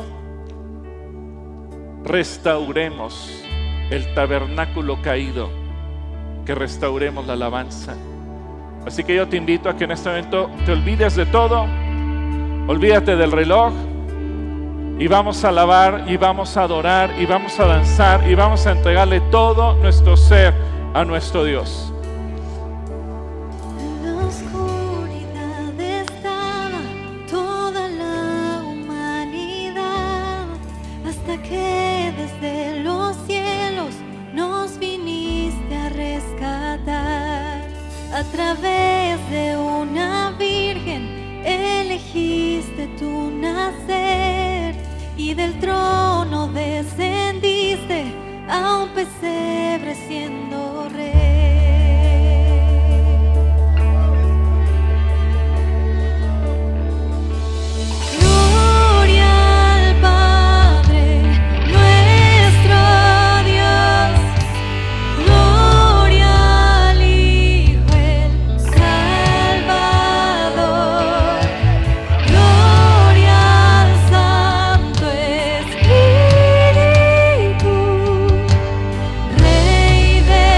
restauremos el tabernáculo caído, que restauremos la alabanza. Así que yo te invito a que en este momento te olvides de todo, olvídate del reloj, y vamos a alabar, y vamos a adorar, y vamos a danzar, y vamos a entregarle todo nuestro ser a nuestro Dios.
En la oscuridad estaba toda la humanidad, hasta que desde los cielos nos viniste a rescatar. A través de una virgen elegiste tu nacer, y del trono descendiste a un pesebre siendo rey. Gloria al Padre, nuestro Dios. Gloria al Hijo, el Salvador. Gloria al Santo Espíritu, Rey de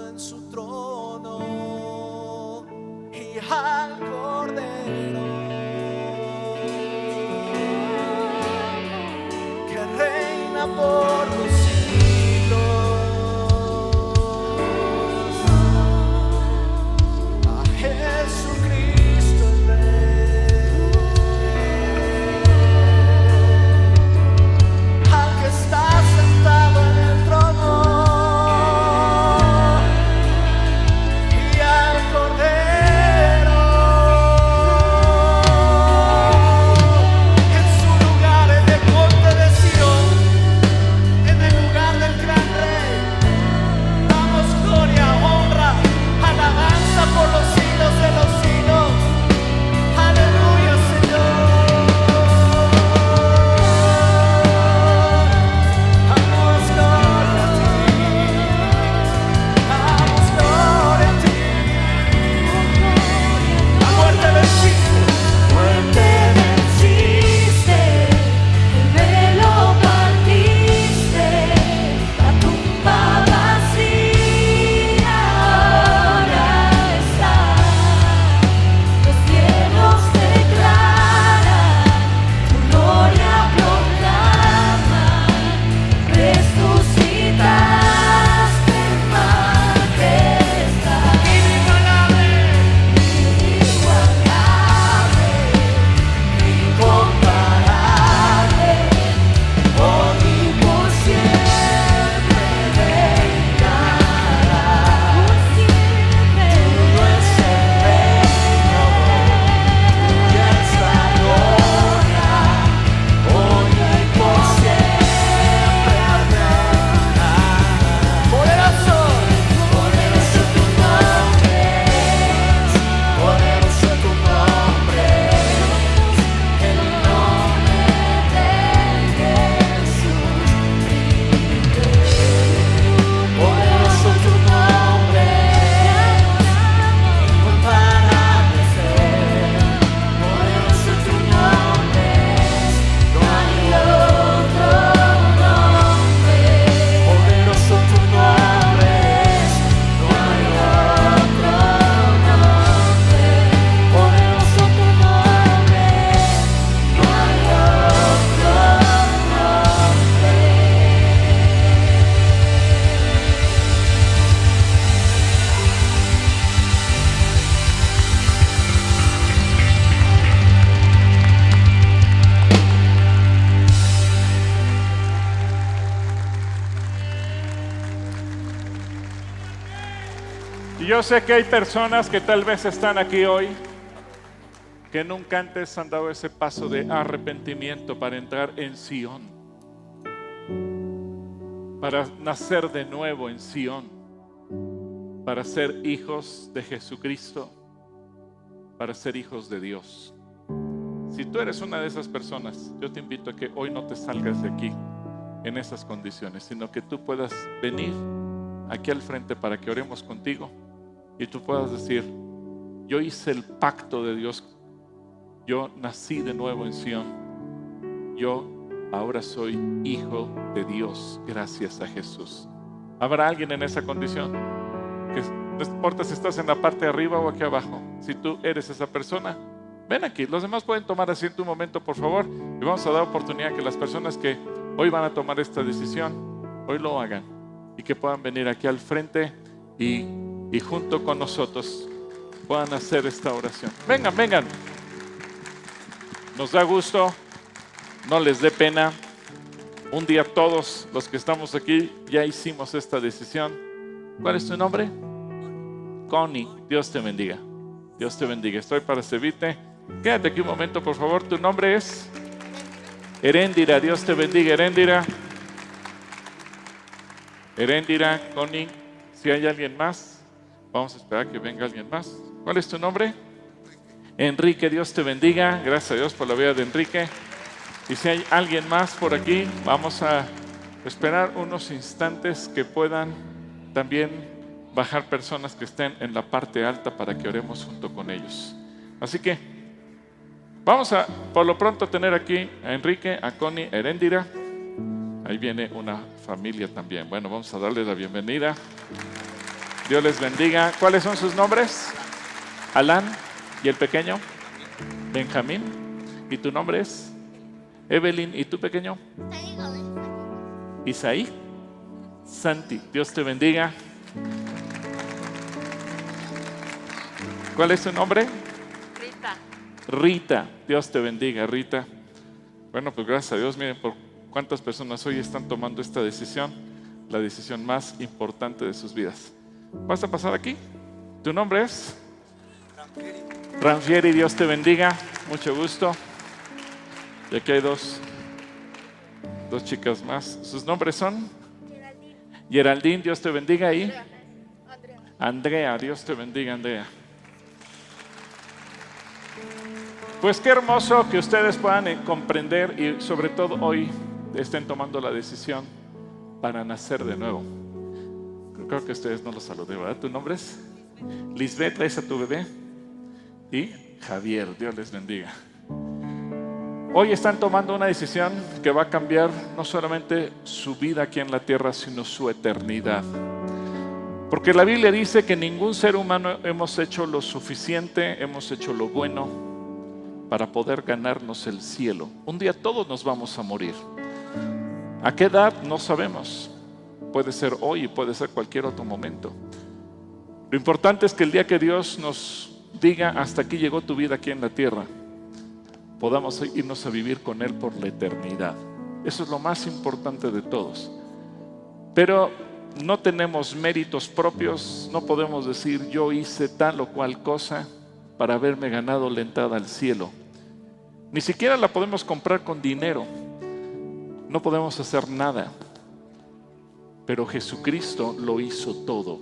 en su trono y al Cordero que reina por los siglos. A Jesucristo el Rey, al que está sentado en el trono y al Cordero en su lugar, en el monte de Sion, en el lugar del gran Rey. Damos gloria, honra, alabanza por los siglos de los siglos. Aleluya, Señor. Damos gloria a ti. Damos gloria a ti. La muerte venciste.
Muerte venciste, el velo partiste, la tumba vacía ahora está. Los cielos declaran, tu gloria proclaman, resucitaste en majestad.
Inigualable,
Incomparable, hoy y por siempre reinará. Por siempre.
tuyo es el reino, tuya es la gloria, hoy y por siempre reinará. Poderoso,
Poderoso tu nombre es,
poderoso tu nombre,
el nombre de Jesús vive.
poderoso tu nombre, incomparable ser.
Poderoso tu nombre es, no hay otro nombre.
Poderoso tu nombre es, no hay otro nombre.
Poderoso tu nombre es, no hay otro nombre.
Y yo sé que hay personas que tal vez están aquí hoy que nunca antes han dado ese paso de arrepentimiento para entrar en Sion, para nacer de nuevo en Sion, para ser hijos de Jesucristo, para ser hijos de Dios. Si tú eres una de esas personas, yo te invito a que hoy no te salgas de aquí en esas condiciones, sino que tú puedas venir aquí al frente para que oremos contigo y tú puedas decir: yo hice el pacto de Dios, yo nací de nuevo en Sion, yo ahora soy hijo de Dios gracias a Jesús. ¿Habrá alguien en esa condición? Que no importa si estás en la parte de arriba o aquí abajo, si tú eres esa persona, ven aquí. Los demás pueden tomar asiento un momento, por favor, y vamos a dar oportunidad que las personas que hoy van a tomar esta decisión, hoy lo hagan y que puedan venir aquí al frente y junto con nosotros puedan hacer esta oración. Vengan, vengan. Nos da gusto, no les dé pena. Un día todos los que estamos aquí ya hicimos esta decisión. ¿Cuál es tu nombre? Connie. Dios te bendiga. Dios te bendiga. Estoy para servirte. Quédate aquí un momento, por favor. Tu nombre es Heréndira. Dios te bendiga, Heréndira. Heréndira, Connie. Si hay alguien más, vamos a esperar que venga alguien más. ¿Cuál es tu nombre? Enrique. Dios te bendiga. Gracias a Dios por la vida de Enrique. Y si hay alguien más por aquí, vamos a esperar unos instantes que puedan también bajar personas que estén en la parte alta para que oremos junto con ellos. Así que vamos a, por lo pronto, tener aquí a Enrique, a Connie, a Heréndira. Ahí viene una familia también. Bueno, vamos a darle la bienvenida. Dios les bendiga. ¿Cuáles son sus nombres? Alan. ¿Y el pequeño? Benjamín. ¿Y tu nombre es? Evelyn. ¿Y tu pequeño? Isaí. Santi. Dios te bendiga. ¿Cuál es tu nombre?
Rita.
Rita. Dios te bendiga, Rita. Bueno, pues gracias a Dios. Miren por cuántas personas hoy están tomando esta decisión, la decisión más importante de sus vidas. ¿Vas a pasar aquí? ¿Tu nombre es? Ranfieri. Dios te bendiga. Mucho gusto. Y aquí hay dos chicas más. ¿Sus nombres son? Geraldine. Dios te bendiga. ¿Y? Andrea. Dios te bendiga, Andrea. Pues qué hermoso que ustedes puedan comprender y sobre todo hoy estén tomando la decisión para nacer de nuevo. Creo que ustedes no los saludé, ¿verdad? ¿Tu nombre es? Lisbeth. ¿Traes a tu bebé? Y Javier. Dios les bendiga. Hoy están tomando una decisión que va a cambiar no solamente su vida aquí en la tierra, sino su eternidad. Porque la Biblia dice que ningún ser humano hemos hecho lo suficiente, hemos hecho lo bueno para poder ganarnos el cielo. Un día todos nos vamos a morir. ¿A qué edad? No sabemos. Puede ser hoy y puede ser cualquier otro momento. Lo importante es que el día que Dios nos diga hasta aquí llegó tu vida aquí en la tierra, podamos irnos a vivir con Él por la eternidad. Eso es lo más importante de todos. Pero no tenemos méritos propios, no podemos decir yo hice tal o cual cosa para haberme ganado la entrada al cielo. Ni siquiera la podemos comprar con dinero. No podemos hacer nada. Pero Jesucristo lo hizo todo.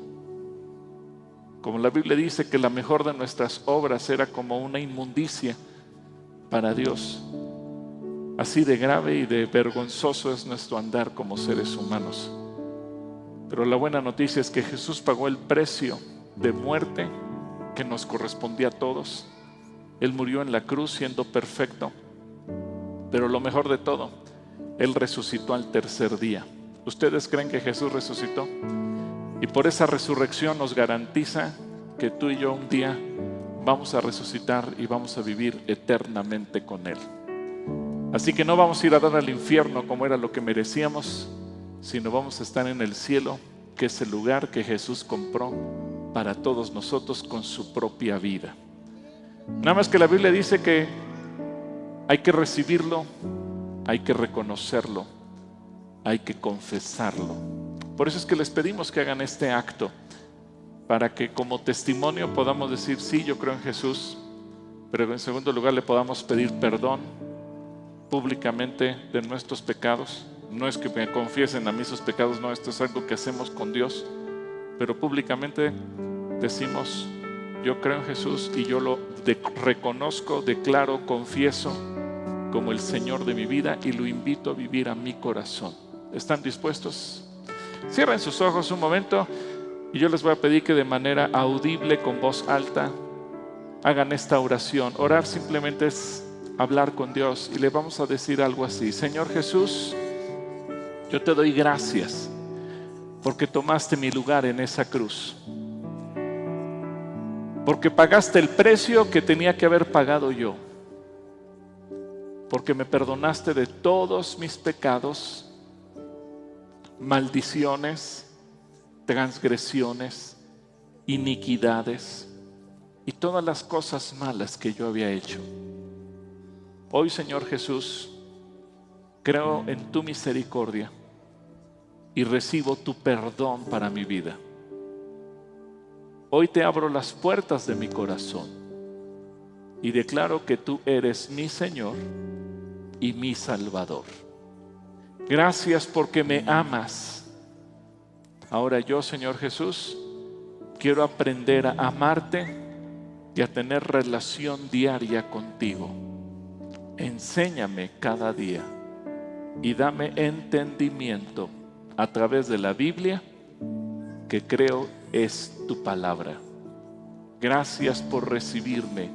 Como la Biblia dice que la mejor de nuestras obras era como una inmundicia para Dios. Así de grave y de vergonzoso es nuestro andar como seres humanos. Pero la buena noticia es que Jesús pagó el precio de muerte que nos correspondía a todos. Él murió en la cruz siendo perfecto. Pero lo mejor de todo, Él resucitó al tercer día. ¿Ustedes creen que Jesús resucitó? Y por esa resurrección nos garantiza que tú y yo un día vamos a resucitar y vamos a vivir eternamente con Él. Así que no vamos a ir a dar al infierno como era lo que merecíamos, sino vamos a estar en el cielo, que es el lugar que Jesús compró para todos nosotros con su propia vida. Nada más que la Biblia dice que hay que recibirlo, hay que reconocerlo, hay que confesarlo. Por eso es que les pedimos que hagan este acto, para que como testimonio podamos decir, sí, yo creo en Jesús, pero en segundo lugar le podamos pedir perdón públicamente de nuestros pecados. No es que me confiesen a mí sus pecados, no, esto es algo que hacemos con Dios, pero públicamente decimos, yo creo en Jesús y yo lo reconozco, declaro, confieso como el Señor de mi vida y lo invito a vivir a mi corazón. ¿Están dispuestos? Cierren sus ojos un momento y yo les voy a pedir que de manera audible, con voz alta, hagan esta oración. Orar simplemente es hablar con Dios y le vamos a decir algo así: Señor Jesús, yo te doy gracias porque tomaste mi lugar en esa cruz, porque pagaste el precio que tenía que haber pagado yo, porque me perdonaste de todos mis pecados, maldiciones, transgresiones, iniquidades y todas las cosas malas que yo había hecho. Hoy, Señor Jesús, creo en tu misericordia y recibo tu perdón para mi vida. Hoy te abro las puertas de mi corazón y declaro que tú eres mi Señor y mi Salvador. Gracias porque me amas. Ahora yo, Señor Jesús, quiero aprender a amarte y a tener relación diaria contigo. Enséñame cada día y dame entendimiento a través de la Biblia, que creo es tu palabra. Gracias por recibirme,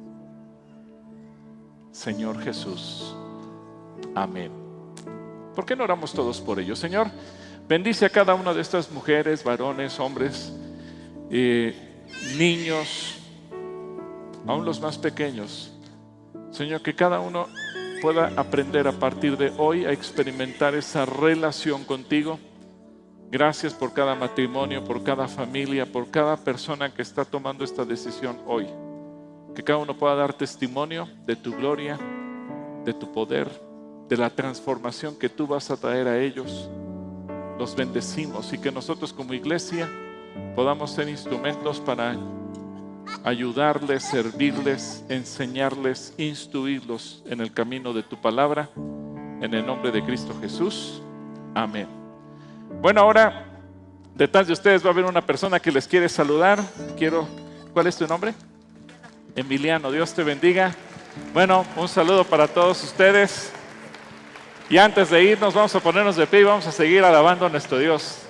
Señor Jesús. Amén. ¿Por qué no oramos todos por ellos? Señor, bendice a cada una de estas mujeres, varones, hombres, niños, aún los más pequeños. Señor, que cada uno pueda aprender a partir de hoy a experimentar esa relación contigo. Gracias por cada matrimonio, por cada familia, por cada persona que está tomando esta decisión hoy. Que cada uno pueda dar testimonio de tu gloria, de tu poder, de la transformación que tú vas a traer a ellos. Los bendecimos y que nosotros como iglesia podamos ser instrumentos para ayudarles, servirles, enseñarles, instruirlos en el camino de tu palabra. En el nombre de Cristo Jesús. Amén. Bueno, ahora detrás de ustedes va a haber una persona que les quiere saludar. ¿Cuál es tu nombre? Emiliano, Dios te bendiga. Bueno, un saludo para todos ustedes. Y antes de irnos, vamos a ponernos de pie y vamos a seguir alabando a nuestro Dios.